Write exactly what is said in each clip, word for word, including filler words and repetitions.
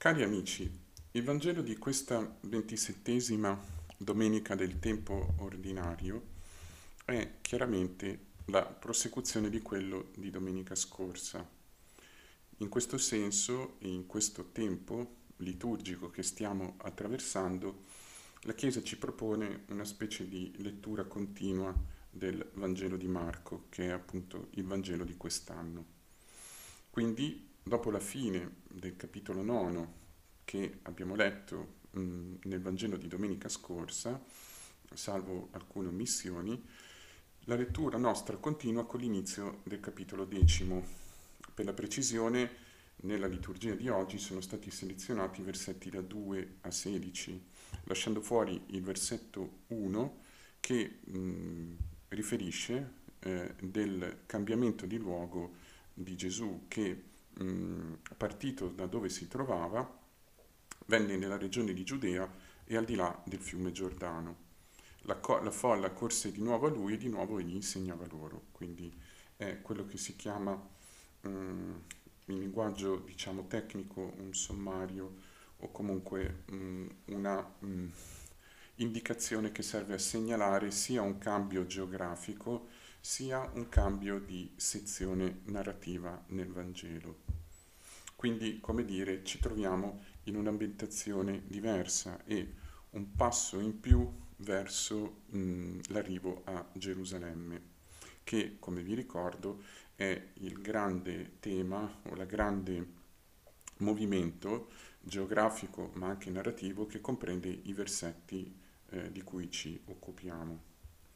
Cari amici, il Vangelo di questa ventisettesima domenica del tempo ordinario è chiaramente la prosecuzione di quello di domenica scorsa. In questo senso, in questo tempo liturgico che stiamo attraversando, la Chiesa ci propone una specie di lettura continua del Vangelo di Marco, che è appunto il Vangelo di quest'anno. Quindi, dopo la fine del capitolo nono che abbiamo letto mh, nel Vangelo di domenica scorsa, salvo alcune omissioni, la lettura nostra continua con l'inizio del capitolo decimo. Per la precisione, nella liturgia di oggi sono stati selezionati i versetti da due a sedici, lasciando fuori il versetto uno che mh, riferisce eh, del cambiamento di luogo di Gesù che, mh, partito da dove si trovava, venne nella regione di Giudea e al di là del fiume Giordano. La, co- la folla corse di nuovo a lui e di nuovo egli insegnava loro. Quindi è quello che si chiama, mh, in linguaggio diciamo tecnico, un sommario o comunque mh, una mh, indicazione che serve a segnalare sia un cambio geografico sia un cambio di sezione narrativa nel Vangelo. Quindi, come dire, ci troviamo in un'ambientazione diversa e un passo in più verso mh, l'arrivo a Gerusalemme, che, come vi ricordo, è il grande tema o la grande movimento geografico ma anche narrativo che comprende i versetti eh, di cui ci occupiamo.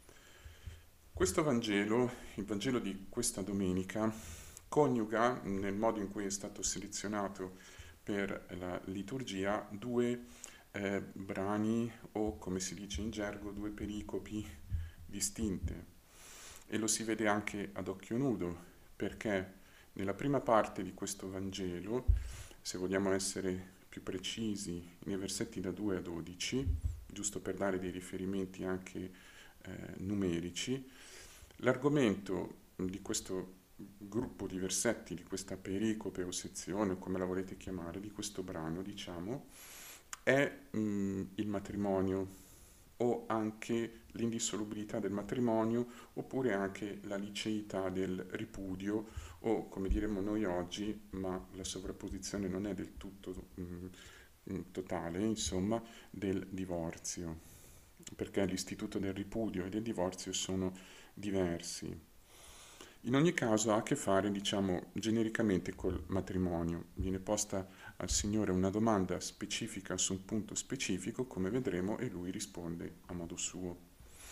Questo Vangelo, il Vangelo di questa domenica, coniuga nel modo in cui è stato selezionato per la liturgia due eh, brani o, come si dice in gergo, due pericopi distinte. E lo si vede anche ad occhio nudo, perché nella prima parte di questo Vangelo, se vogliamo essere più precisi, nei versetti da due a dodici, giusto per dare dei riferimenti anche eh, numerici, l'argomento di questo gruppo di versetti, di questa pericope o sezione, o come la volete chiamare, di questo brano, diciamo, è mh, il matrimonio o anche l'indissolubilità del matrimonio oppure anche la liceità del ripudio o come diremmo noi oggi, ma la sovrapposizione non è del tutto mh, totale, insomma, del divorzio, perché l'istituto del ripudio e del divorzio sono diversi. In ogni caso ha a che fare, diciamo, genericamente col matrimonio. Viene posta al Signore una domanda specifica su un punto specifico, come vedremo, e lui risponde a modo suo.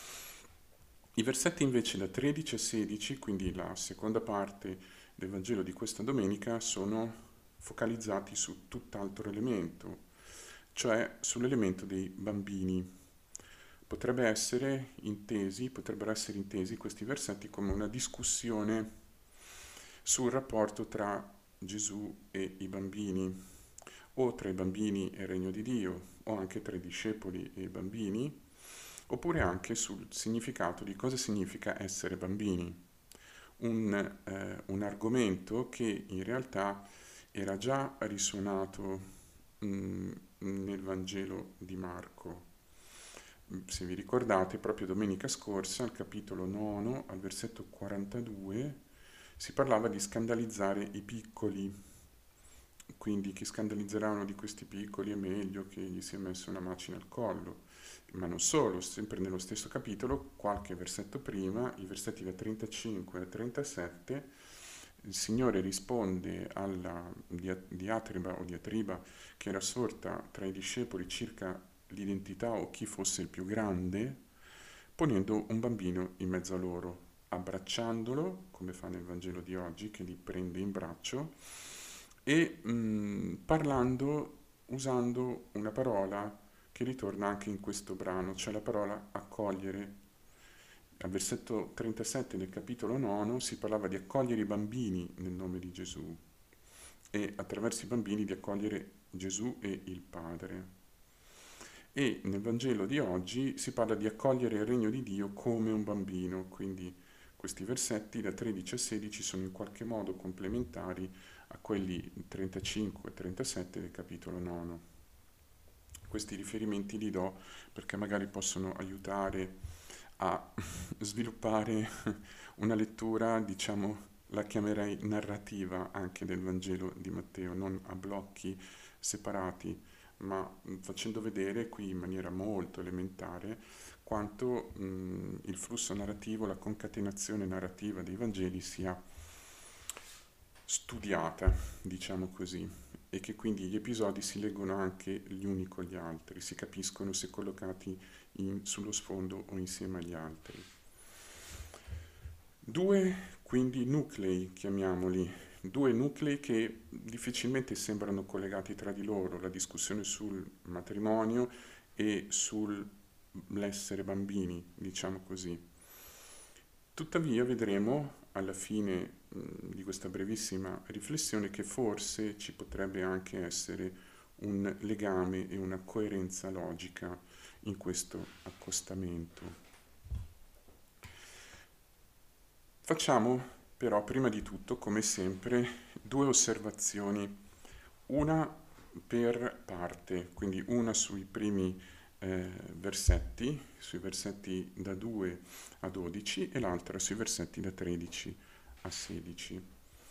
I versetti invece da tredici a sedici, quindi la seconda parte del Vangelo di questa domenica, sono focalizzati su tutt'altro elemento, cioè sull'elemento dei bambini. Potrebbe essere intesi, potrebbero essere intesi questi versetti come una discussione sul rapporto tra Gesù e i bambini, o tra i bambini e il regno di Dio, o anche tra i discepoli e i bambini, oppure anche sul significato di cosa significa essere bambini. Un, eh, un argomento che in realtà era già risuonato mh, nel Vangelo di Marco. Se vi ricordate, proprio domenica scorsa, al capitolo nove, al versetto quarantadue, si parlava di scandalizzare i piccoli. Quindi chi scandalizzerà uno di questi piccoli è meglio che gli sia messo una macina al collo. Ma non solo, sempre nello stesso capitolo, qualche versetto prima, i versetti da trentacinque a trentasette, il Signore risponde alla diatriba o diatriba che era sorta tra i discepoli circa l'identità o chi fosse il più grande, ponendo un bambino in mezzo a loro, abbracciandolo, come fa nel Vangelo di oggi, che li prende in braccio, e mh, parlando, usando una parola che ritorna anche in questo brano, cioè la parola accogliere. Al versetto trentasette del capitolo nove si parlava di accogliere i bambini nel nome di Gesù e attraverso i bambini di accogliere Gesù e il Padre. E nel Vangelo di oggi si parla di accogliere il regno di Dio come un bambino, quindi questi versetti da tredici a sedici sono in qualche modo complementari a quelli trentacinque e trentasette del capitolo nono. Questi riferimenti li do perché magari possono aiutare a sviluppare una lettura, diciamo, la chiamerei narrativa anche del Vangelo di Matteo, non a blocchi separati, ma mh, facendo vedere qui in maniera molto elementare quanto mh, il flusso narrativo, la concatenazione narrativa dei Vangeli sia studiata, diciamo così, e che quindi gli episodi si leggono anche gli uni con gli altri, si capiscono se collocati in- sullo sfondo o insieme agli altri. Due, quindi, nuclei, chiamiamoli, due nuclei che difficilmente sembrano collegati tra di loro, la discussione sul matrimonio e sull'essere bambini, diciamo così. Tuttavia vedremo alla fine mh, di questa brevissima riflessione che forse ci potrebbe anche essere un legame e una coerenza logica in questo accostamento. Facciamo però prima di tutto, come sempre, due osservazioni, una per parte, quindi una sui primi eh, versetti, sui versetti da due a dodici e l'altra sui versetti da tredici a sedici.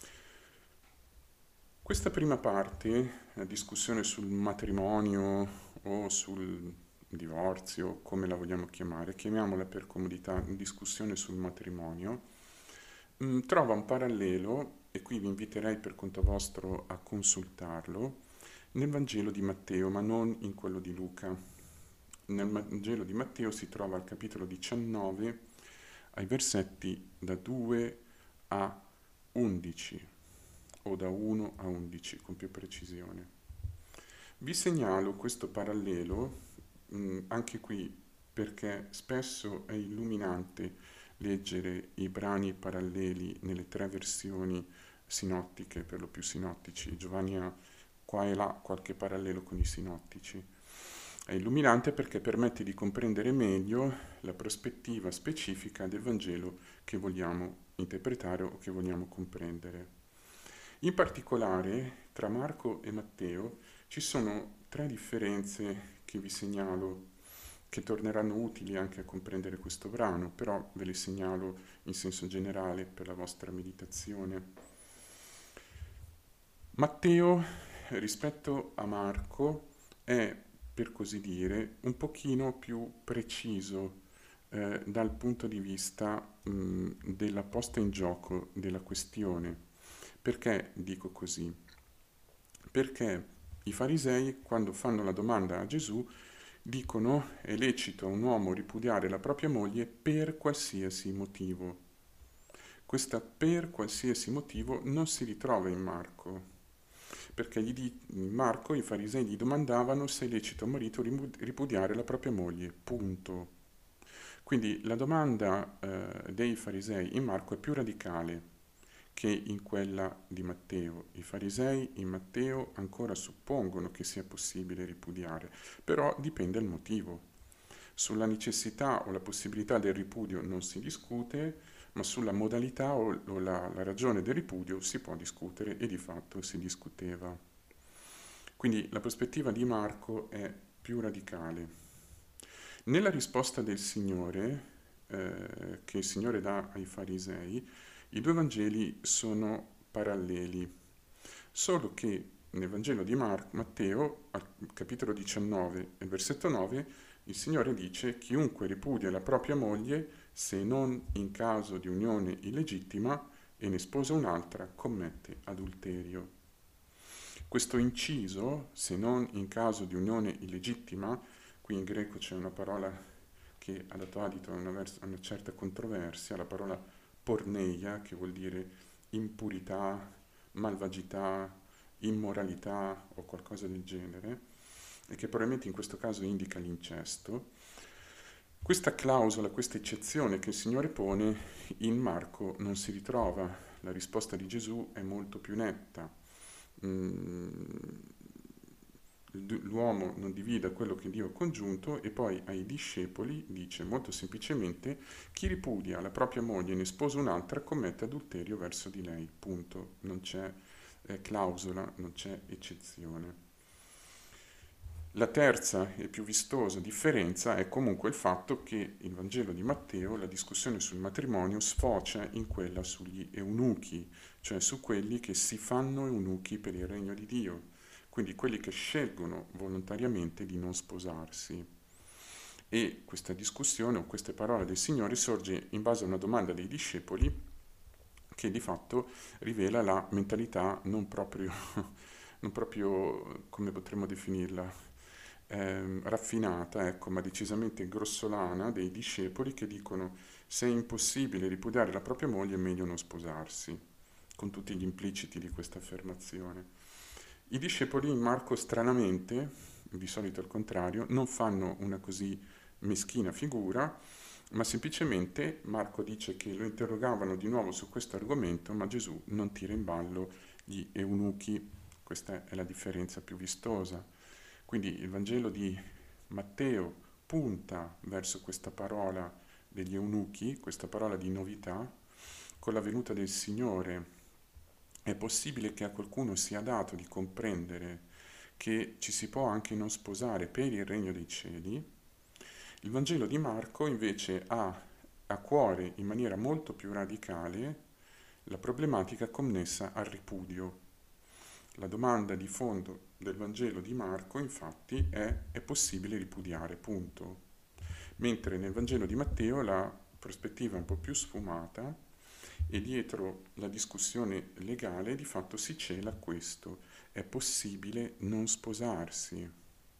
Questa prima parte, la discussione sul matrimonio o sul divorzio, come la vogliamo chiamare, chiamiamola per comodità discussione sul matrimonio, mh, trova un parallelo, e qui vi inviterei per conto vostro a consultarlo, nel Vangelo di Matteo, ma non in quello di Luca. Nel Vangelo di Matteo si trova al capitolo diciannove, ai versetti da due a undici, o da uno a undici con più precisione. Vi segnalo questo parallelo, mh, anche qui, perché spesso è illuminante leggere i brani paralleli nelle tre versioni sinottiche, per lo più sinottici. Giovanni ha qua e là qualche parallelo con i sinottici. È illuminante perché permette di comprendere meglio la prospettiva specifica del Vangelo che vogliamo interpretare o che vogliamo comprendere. In particolare, tra Marco e Matteo ci sono tre differenze che vi segnalo, che torneranno utili anche a comprendere questo brano, però ve le segnalo in senso generale per la vostra meditazione. Matteo, rispetto a Marco, è, per così dire, un pochino più preciso eh, dal punto di vista mh, della posta in gioco della questione. Perché dico così? Perché i farisei, quando fanno la domanda a Gesù, dicono è lecito a un uomo ripudiare la propria moglie per qualsiasi motivo. Questa per qualsiasi motivo non si ritrova in Marco, perché gli di, in Marco i farisei gli domandavano se è lecito a un marito ripudiare la propria moglie, punto. Quindi la domanda eh, dei farisei in Marco è più radicale che in quella di Matteo. I farisei in Matteo ancora suppongono che sia possibile ripudiare, però dipende dal motivo. Sulla necessità o la possibilità del ripudio non si discute, ma sulla modalità o, o la, la ragione del ripudio si può discutere e di fatto si discuteva. Quindi la prospettiva di Marco è più radicale. Nella risposta del Signore, eh, che il Signore dà ai farisei, i due Vangeli sono paralleli, solo che nel Vangelo di Mar- Matteo, al capitolo diciannove e versetto nove, il Signore dice: chiunque ripudia la propria moglie, se non in caso di unione illegittima, e ne sposa un'altra, commette adulterio. Questo inciso, se non in caso di unione illegittima, qui in greco c'è una parola che ha dato adito a una, vers- a una certa controversia, la parola porneia, che vuol dire impurità, malvagità, immoralità o qualcosa del genere, e che probabilmente in questo caso indica l'incesto. Questa clausola, questa eccezione che il Signore pone in Marco non si ritrova. La risposta di Gesù è molto più netta. Mm, l'uomo non divida quello che Dio ha congiunto, e poi ai discepoli dice molto semplicemente: chi ripudia la propria moglie e ne sposa un'altra commette adulterio verso di lei, punto. Non c'è è clausola, non c'è eccezione. La terza e più vistosa differenza è comunque il fatto che il Vangelo di Matteo, la discussione sul matrimonio, sfocia in quella sugli eunuchi, cioè su quelli che si fanno eunuchi per il regno di Dio, quindi quelli che scelgono volontariamente di non sposarsi. E questa discussione o queste parole del Signore sorge in base a una domanda dei discepoli che di fatto rivela la mentalità non proprio, non proprio come potremmo definirla, ehm, raffinata, ecco, ma decisamente grossolana dei discepoli che dicono se è impossibile ripudiare la propria moglie è meglio non sposarsi, con tutti gli impliciti di questa affermazione. I discepoli in Marco stranamente, di solito al contrario, non fanno una così meschina figura, ma semplicemente Marco dice che lo interrogavano di nuovo su questo argomento, ma Gesù non tira in ballo gli eunuchi. Questa è la differenza più vistosa. Quindi il Vangelo di Matteo punta verso questa parola degli eunuchi, questa parola di novità. Con la venuta del Signore è possibile che a qualcuno sia dato di comprendere che ci si può anche non sposare per il regno dei cieli. Il Vangelo di Marco invece ha a cuore in maniera molto più radicale la problematica connessa al ripudio. La domanda di fondo del Vangelo di Marco, infatti, è: è possibile ripudiare, punto. Mentre nel Vangelo di Matteo la prospettiva è un po' più sfumata e dietro la discussione legale di fatto si cela questo: è possibile non sposarsi,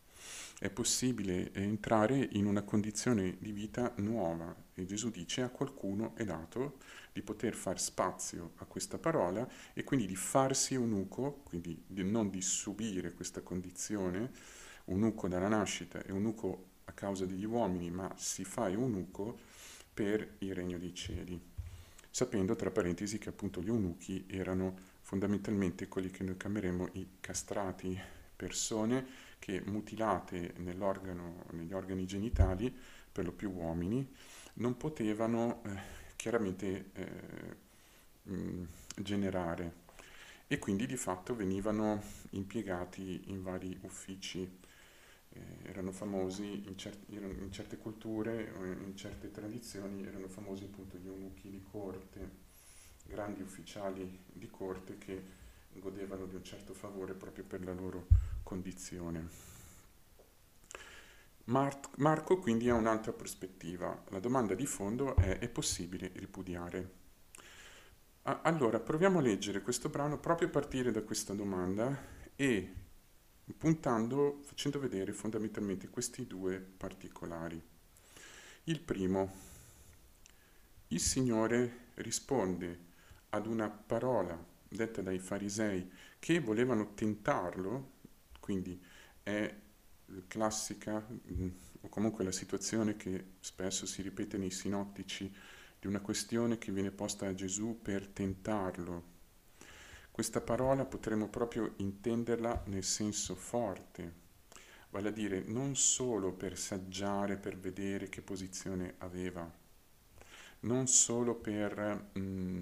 è possibile entrare in una condizione di vita nuova e Gesù dice a qualcuno è dato di poter far spazio a questa parola e quindi di farsi eunuco, quindi di non di subire questa condizione, eunuco dalla nascita e eunuco a causa degli uomini, ma si fa eunuco per il regno dei cieli, sapendo tra parentesi che appunto gli eunuchi erano fondamentalmente quelli che noi chiameremo i castrati, persone che mutilate nell'organo, negli organi genitali, per lo più uomini, non potevano eh, chiaramente eh, mh, generare e quindi di fatto venivano impiegati in vari uffici. Eh, erano famosi in, cer- in certe culture, in certe tradizioni, erano famosi appunto gli eunuchi di corte, grandi ufficiali di corte che godevano di un certo favore proprio per la loro condizione. Mar- Marco quindi ha un'altra prospettiva. La domanda di fondo è: è possibile ripudiare? A- allora, proviamo a leggere questo brano proprio a partire da questa domanda e puntando, facendo vedere fondamentalmente questi due particolari. Il primo: il Signore risponde ad una parola detta dai farisei che volevano tentarlo, quindi è classica, mh, o comunque la situazione che spesso si ripete nei sinottici, di una questione che viene posta a Gesù per tentarlo. Questa parola potremmo proprio intenderla nel senso forte, vale a dire non solo per saggiare, per vedere che posizione aveva, non solo per mh,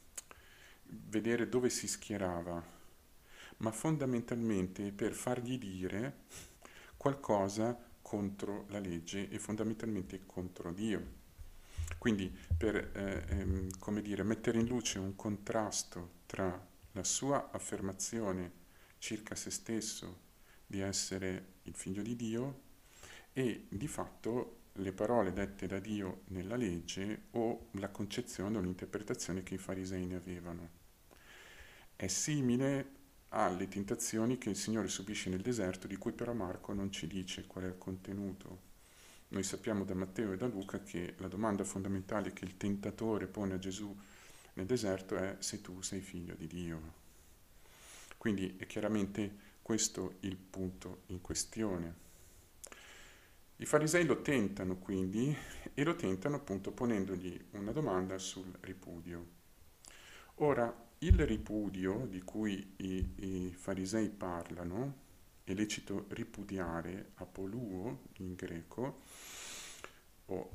vedere dove si schierava, ma fondamentalmente per fargli dire qualcosa contro la legge e fondamentalmente contro Dio. Quindi per, eh, ehm, come dire, mettere in luce un contrasto tra la sua affermazione circa se stesso di essere il figlio di Dio e di fatto le parole dette da Dio nella legge o la concezione o l'interpretazione che i farisei ne avevano. È simile alle tentazioni che il Signore subisce nel deserto, di cui però Marco non ci dice qual è il contenuto. Noi sappiamo da Matteo e da Luca che la domanda fondamentale che il tentatore pone a Gesù nel deserto è: se tu sei figlio di Dio. Quindi è chiaramente questo il punto in questione. I farisei lo tentano quindi e lo tentano appunto ponendogli una domanda sul ripudio. Ora, il ripudio di cui i, i farisei parlano, è lecito ripudiare, apoluo in greco, o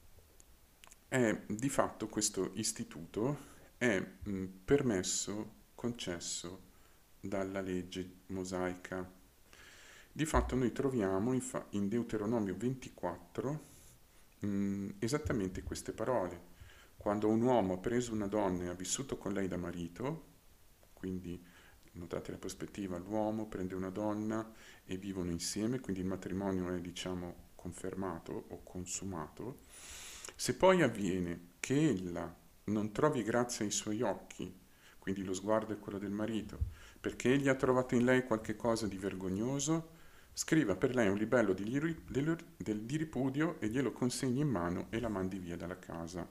è di fatto questo istituto è mh, permesso, concesso dalla legge mosaica. Di fatto noi troviamo infa- in Deuteronomio ventiquattro mh, esattamente queste parole. Quando un uomo ha preso una donna e ha vissuto con lei da marito, quindi notate la prospettiva, l'uomo prende una donna e vivono insieme, quindi il matrimonio è diciamo confermato o consumato. Se poi avviene che ella non trovi grazia ai suoi occhi, quindi lo sguardo è quello del marito, perché egli ha trovato in lei qualche cosa di vergognoso, scriva per lei un libello di, ri- del, del- di ripudio e glielo consegni in mano e la mandi via dalla casa.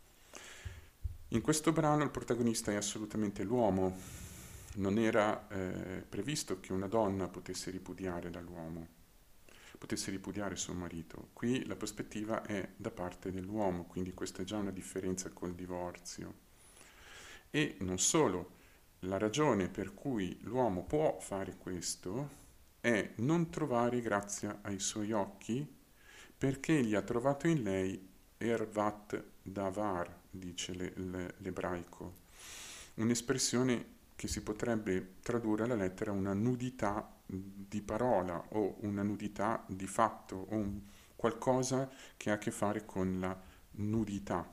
In questo brano il protagonista è assolutamente l'uomo. Non era eh, previsto che una donna potesse ripudiare dall'uomo, potesse ripudiare suo marito. Qui la prospettiva è da parte dell'uomo, quindi questa è già una differenza col divorzio. E non solo, la ragione per cui l'uomo può fare questo è non trovare grazia ai suoi occhi perché egli ha trovato in lei ervat davar, dice le- le- l'ebraico, un'espressione che si potrebbe tradurre alla lettera una nudità di parola o una nudità di fatto o un qualcosa che ha a che fare con la nudità.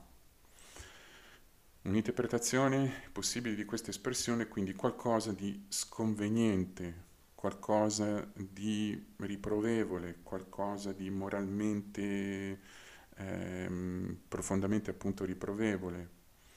Un'interpretazione possibile di questa espressione è quindi qualcosa di sconveniente, qualcosa di riprovevole, qualcosa di moralmente ehm, profondamente appunto riprovevole.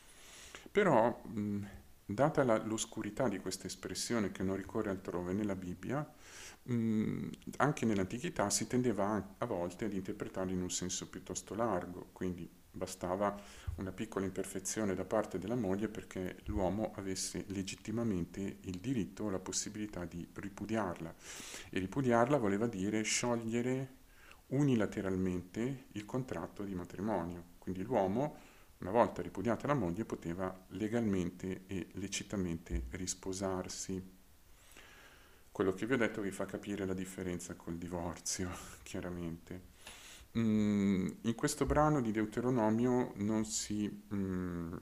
Però, mh, data la- l'oscurità di questa espressione che non ricorre altrove nella Bibbia, mh, anche nell'antichità si tendeva a, a volte ad interpretarla in un senso piuttosto largo, quindi bastava una piccola imperfezione da parte della moglie perché l'uomo avesse legittimamente il diritto o la possibilità di ripudiarla. E ripudiarla voleva dire sciogliere unilateralmente il contratto di matrimonio. Quindi l'uomo, una volta ripudiata la moglie, poteva legalmente e lecitamente risposarsi. Quello che vi ho detto vi fa capire la differenza col divorzio, chiaramente. Mm, in questo brano di Deuteronomio non si, mm,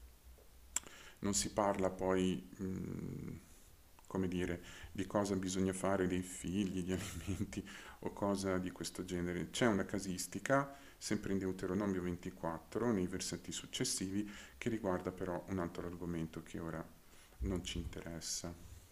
non si parla poi, mm, come dire, di cosa bisogna fare dei figli, di alimenti o cosa di questo genere. C'è una casistica, sempre in Deuteronomio ventiquattro, nei versetti successivi, che riguarda però un altro argomento che ora non ci interessa.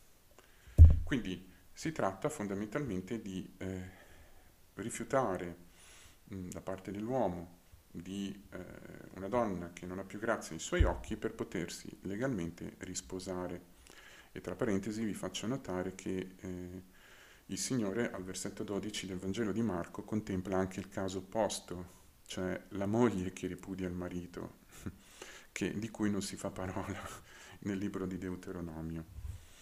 Quindi si tratta fondamentalmente di eh, rifiutare mh, da parte dell'uomo di eh, una donna che non ha più grazia ai suoi occhi per potersi legalmente risposare. E tra parentesi vi faccio notare che eh, il Signore al versetto dodici del Vangelo di Marco contempla anche il caso opposto, cioè la moglie che ripudia il marito, che, di cui non si fa parola nel libro di Deuteronomio.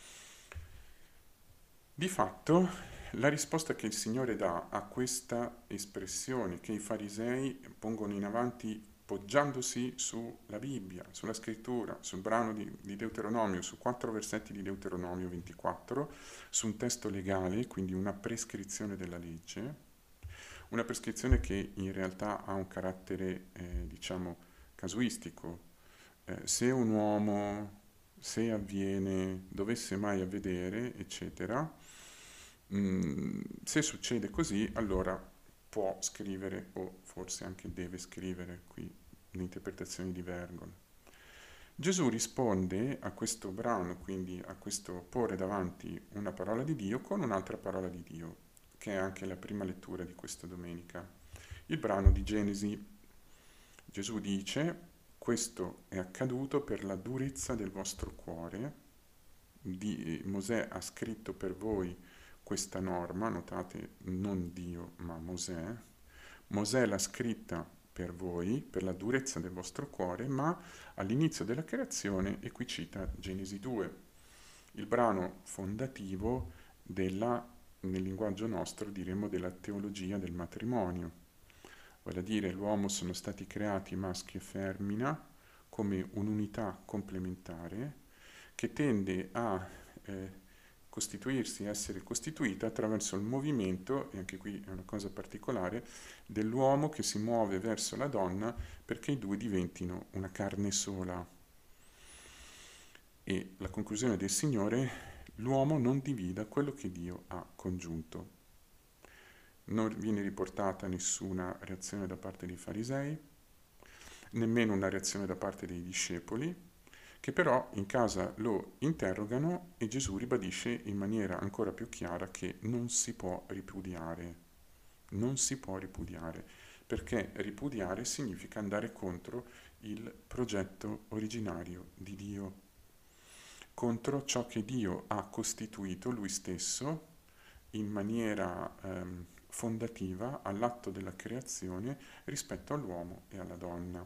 Di fatto, la risposta che il Signore dà a questa espressione che i farisei pongono in avanti poggiandosi sulla Bibbia, sulla scrittura, sul brano di, di Deuteronomio, su quattro versetti di Deuteronomio ventiquattro, su un testo legale, quindi una prescrizione della legge, una prescrizione che in realtà ha un carattere, eh, diciamo, casuistico. Eh, se un uomo, se avviene, dovesse mai avvedere, eccetera, Mm, se succede così, allora può scrivere o forse anche deve scrivere qui l'interpretazione di Vergol. Gesù risponde a questo brano, quindi a questo porre davanti una parola di Dio con un'altra parola di Dio, che è anche la prima lettura di questa domenica. Il brano di Genesi. Gesù dice: questo è accaduto per la durezza del vostro cuore. Di, Mosè ha scritto per voi questa norma, notate non Dio ma Mosè. Mosè l'ha scritta per voi, per la durezza del vostro cuore, ma all'inizio della creazione, e qui cita Genesi due, il brano fondativo della, nel linguaggio nostro diremmo, della teologia del matrimonio. Vale a dire, l'uomo sono stati creati maschio e femmina come un'unità complementare che tende a eh, costituirsi, essere costituita attraverso il movimento, e anche qui è una cosa particolare, dell'uomo che si muove verso la donna perché i due diventino una carne sola. E la conclusione del Signore l'uomo non divida quello che Dio ha congiunto. Non viene riportata nessuna reazione da parte dei farisei, nemmeno una reazione da parte dei discepoli, che però in casa lo interrogano e Gesù ribadisce in maniera ancora più chiara che non si può ripudiare, non si può ripudiare, perché ripudiare significa andare contro il progetto originario di Dio, contro ciò che Dio ha costituito lui stesso in maniera ehm, fondativa all'atto della creazione rispetto all'uomo e alla donna.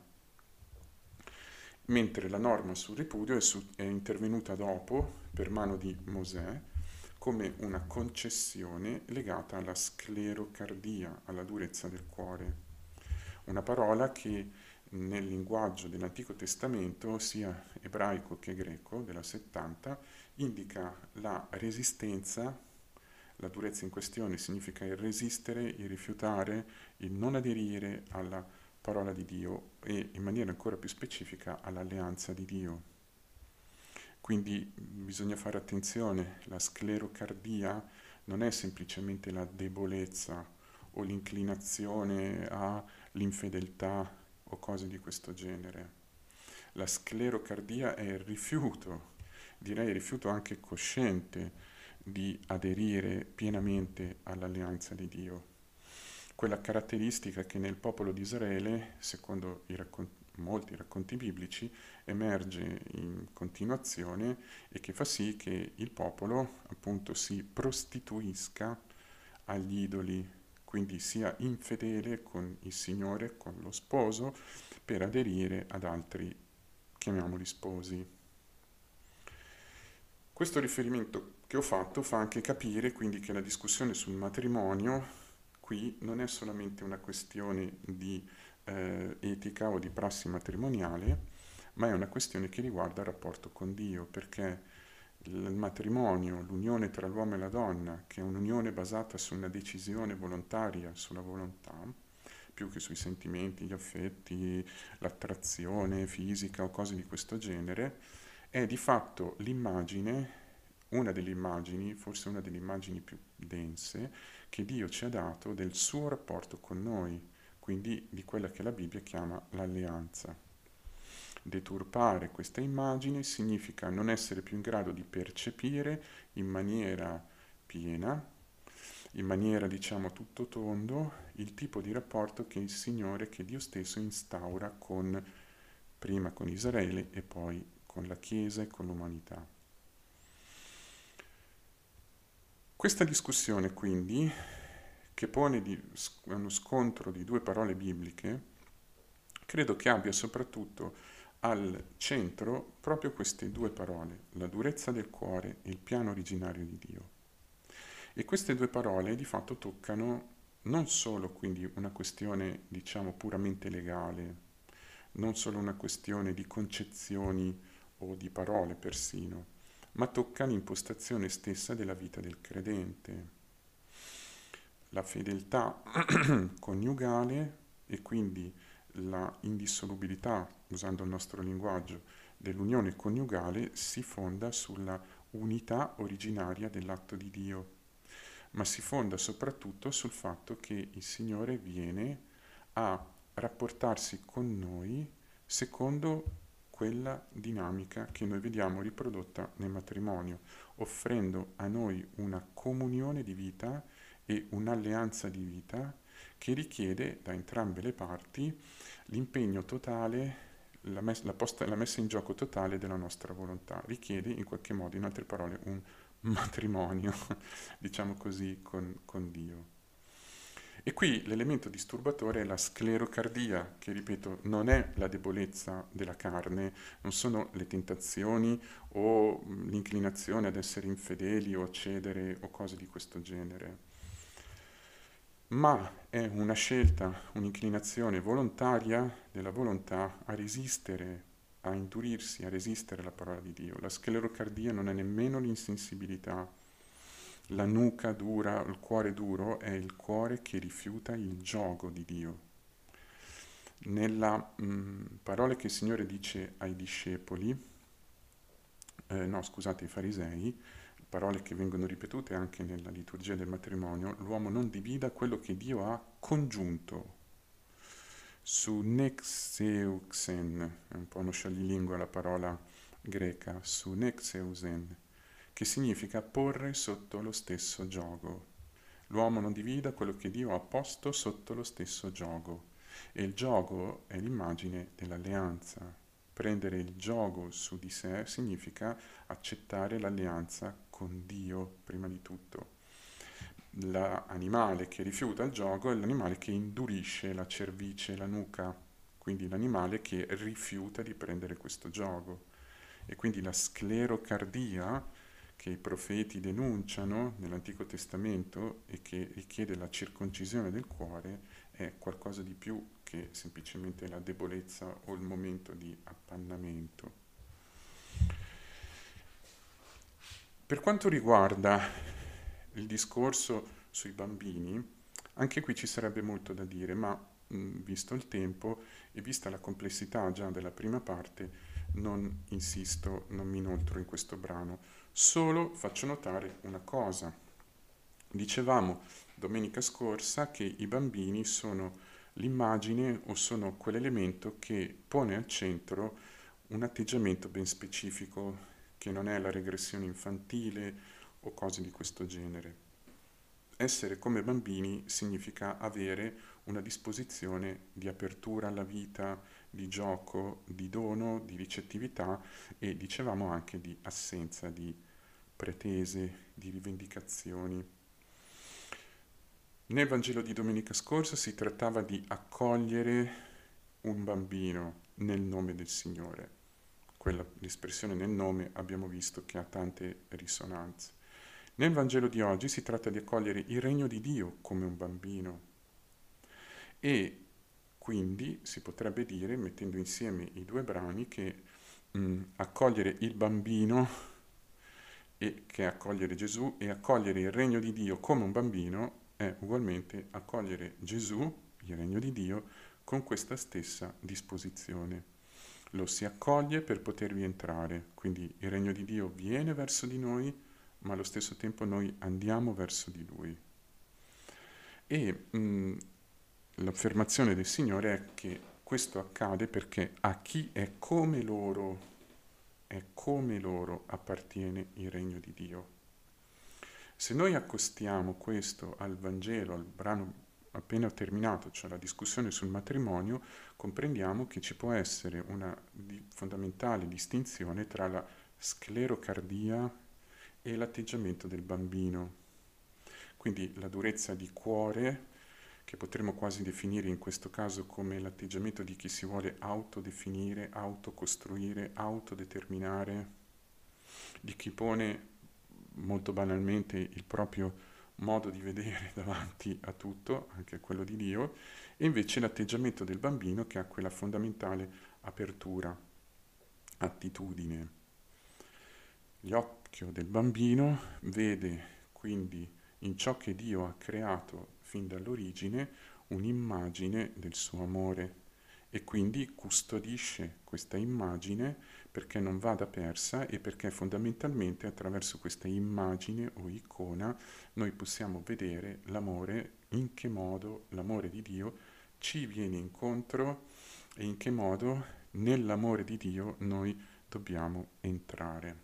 Mentre la norma sul ripudio è, su- è intervenuta dopo, per mano di Mosè, come una concessione legata alla sclerocardia, alla durezza del cuore. Una parola che nel linguaggio dell'Antico Testamento, sia ebraico che greco, della settanta, indica la resistenza. La durezza in questione significa il resistere, il rifiutare, il non aderire alla parola di Dio e in maniera ancora più specifica all'alleanza di Dio. Quindi bisogna fare attenzione, la sclerocardia non è semplicemente la debolezza o l'inclinazione all'infedeltà o cose di questo genere. La sclerocardia è il rifiuto, direi il rifiuto anche cosciente, di aderire pienamente all'alleanza di Dio. Quella caratteristica che nel popolo di Israele, secondo i raccon- molti racconti biblici, emerge in continuazione e che fa sì che il popolo appunto si prostituisca agli idoli, quindi sia infedele con il Signore, con lo sposo, per aderire ad altri, chiamiamoli sposi. Questo riferimento che ho fatto fa anche capire quindi che la discussione sul matrimonio qui non è solamente una questione di eh, etica o di prassi matrimoniale, ma è una questione che riguarda il rapporto con Dio, perché il matrimonio, l'unione tra l'uomo e la donna, che è un'unione basata su una decisione volontaria, sulla volontà, più che sui sentimenti, gli affetti, l'attrazione fisica o cose di questo genere, è di fatto l'immagine, una delle immagini, forse una delle immagini più dense, che Dio ci ha dato del suo rapporto con noi, quindi di quella che la Bibbia chiama l'alleanza. Deturpare questa immagine significa non essere più in grado di percepire in maniera piena, in maniera diciamo tutto tondo, il tipo di rapporto che il Signore, che Dio stesso instaura con, prima con Israele e poi con la Chiesa e con l'umanità. Questa discussione quindi, che pone di, uno scontro di due parole bibliche, credo che abbia soprattutto al centro proprio queste due parole, la durezza del cuore e il piano originario di Dio. E queste due parole di fatto toccano non solo quindi una questione diciamo puramente legale, non solo una questione di concezioni o di parole persino, ma tocca l'impostazione stessa della vita del credente. La fedeltà coniugale e quindi la indissolubilità, usando il nostro linguaggio, dell'unione coniugale si fonda sulla unità originaria dell'atto di Dio, ma si fonda soprattutto sul fatto che il Signore viene a rapportarsi con noi secondo quella dinamica che noi vediamo riprodotta nel matrimonio, offrendo a noi una comunione di vita e un'alleanza di vita che richiede da entrambe le parti l'impegno totale, la, mes- la, posta- la messa in gioco totale della nostra volontà, richiede in qualche modo, in altre parole, un matrimonio, diciamo così, con, con Dio. E qui l'elemento disturbatore è la sclerocardia, che ripeto non è la debolezza della carne, non sono le tentazioni o mh, l'inclinazione ad essere infedeli o a cedere o cose di questo genere, ma è una scelta, un'inclinazione volontaria della volontà a resistere, a indurirsi, a resistere alla parola di Dio. La sclerocardia non è nemmeno l'insensibilità. La nuca dura, il cuore duro è il cuore che rifiuta il giogo di Dio. Nella mh, parola che il Signore dice ai discepoli, eh, no scusate ai farisei, parole che vengono ripetute anche nella liturgia del matrimonio, l'uomo non divida quello che Dio ha congiunto. Su nexeuxen, è un po' uno scioglilingua la parola greca, su nexeusen, che significa porre sotto lo stesso giogo. L'uomo non divida quello che Dio ha posto sotto lo stesso giogo. E il giogo è l'immagine dell'alleanza. Prendere il giogo su di sé significa accettare l'alleanza con Dio prima di tutto. L'animale che rifiuta il giogo è l'animale che indurisce la cervice, la nuca, quindi l'animale che rifiuta di prendere questo giogo. E quindi la sclerocardia che i profeti denunciano nell'Antico Testamento e che richiede la circoncisione del cuore è qualcosa di più che semplicemente la debolezza o il momento di appannamento. Per quanto riguarda il discorso sui bambini, anche qui ci sarebbe molto da dire, ma mh, visto il tempo e vista la complessità già della prima parte, non insisto, non mi inoltro in questo brano, solo faccio notare una cosa. Dicevamo domenica scorsa che i bambini sono l'immagine o sono quell'elemento che pone al centro un atteggiamento ben specifico, che non è la regressione infantile o cose di questo genere. Essere come bambini significa avere una disposizione di apertura alla vita, di gioco, di dono, di ricettività e dicevamo anche di assenza di pretese, di rivendicazioni. Nel Vangelo di domenica scorsa si trattava di accogliere un bambino nel nome del Signore. Quella, l'espressione nel nome abbiamo visto che ha tante risonanze. Nel Vangelo di oggi si tratta di accogliere il regno di Dio come un bambino e quindi si potrebbe dire, mettendo insieme i due brani, che mh, accogliere il bambino e che è accogliere Gesù e accogliere il regno di Dio come un bambino è ugualmente accogliere Gesù, il regno di Dio, con questa stessa disposizione. Lo si accoglie per potervi entrare, quindi il regno di Dio viene verso di noi, ma allo stesso tempo noi andiamo verso di Lui. E mh, l'affermazione del Signore è che questo accade perché a chi è come loro, è come loro appartiene il regno di Dio. Se noi accostiamo questo al Vangelo, al brano appena terminato, cioè la discussione sul matrimonio, comprendiamo che ci può essere una di fondamentale distinzione tra la sclerocardia e l'atteggiamento del bambino. Quindi la durezza di cuore, che potremmo quasi definire in questo caso come l'atteggiamento di chi si vuole autodefinire, autocostruire, autodeterminare, di chi pone molto banalmente il proprio modo di vedere davanti a tutto, anche a quello di Dio, e invece l'atteggiamento del bambino che ha quella fondamentale apertura, attitudine. L'occhio del bambino vede quindi in ciò che Dio ha creato fin dall'origine un'immagine del suo amore e quindi custodisce questa immagine perché non vada persa e perché fondamentalmente attraverso questa immagine o icona noi possiamo vedere l'amore, in che modo l'amore di Dio ci viene incontro e in che modo nell'amore di Dio noi dobbiamo entrare.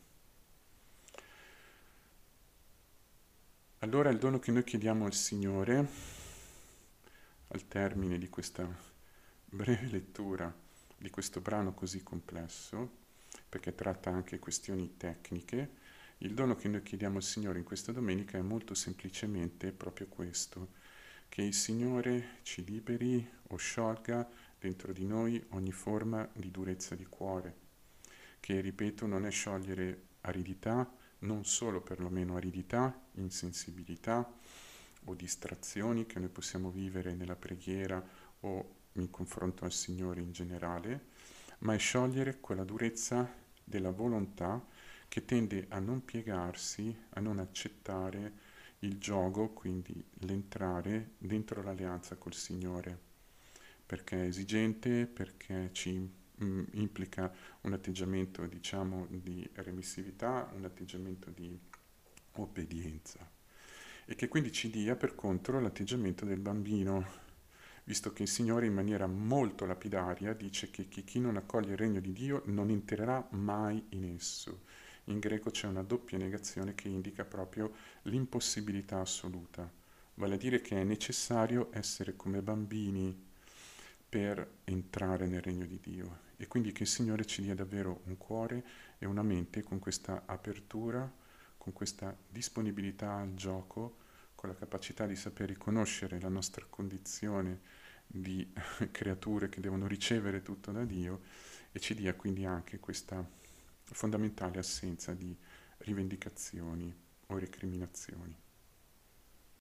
Allora il dono che noi chiediamo al Signore, al termine di questa breve lettura di questo brano così complesso, perché tratta anche questioni tecniche, il dono che noi chiediamo al Signore in questa domenica è molto semplicemente proprio questo, che il Signore ci liberi o sciolga dentro di noi ogni forma di durezza di cuore, che, ripeto, non è sciogliere aridità, non solo perlomeno aridità, insensibilità o distrazioni che noi possiamo vivere nella preghiera o in confronto al Signore in generale, ma è sciogliere quella durezza della volontà che tende a non piegarsi, a non accettare il giogo, quindi l'entrare dentro l'alleanza col Signore, perché è esigente, perché ci mh, implica un atteggiamento, diciamo, di remissività, un atteggiamento di obbedienza. E che quindi ci dia per contro l'atteggiamento del bambino, visto che il Signore in maniera molto lapidaria dice che chi, chi non accoglie il regno di Dio non entrerà mai in esso. In greco c'è una doppia negazione che indica proprio l'impossibilità assoluta, vale a dire che è necessario essere come bambini per entrare nel regno di Dio e quindi che il Signore ci dia davvero un cuore e una mente con questa apertura, con questa disponibilità al gioco, con la capacità di saper riconoscere la nostra condizione di creature che devono ricevere tutto da Dio e ci dia quindi anche questa fondamentale assenza di rivendicazioni o recriminazioni.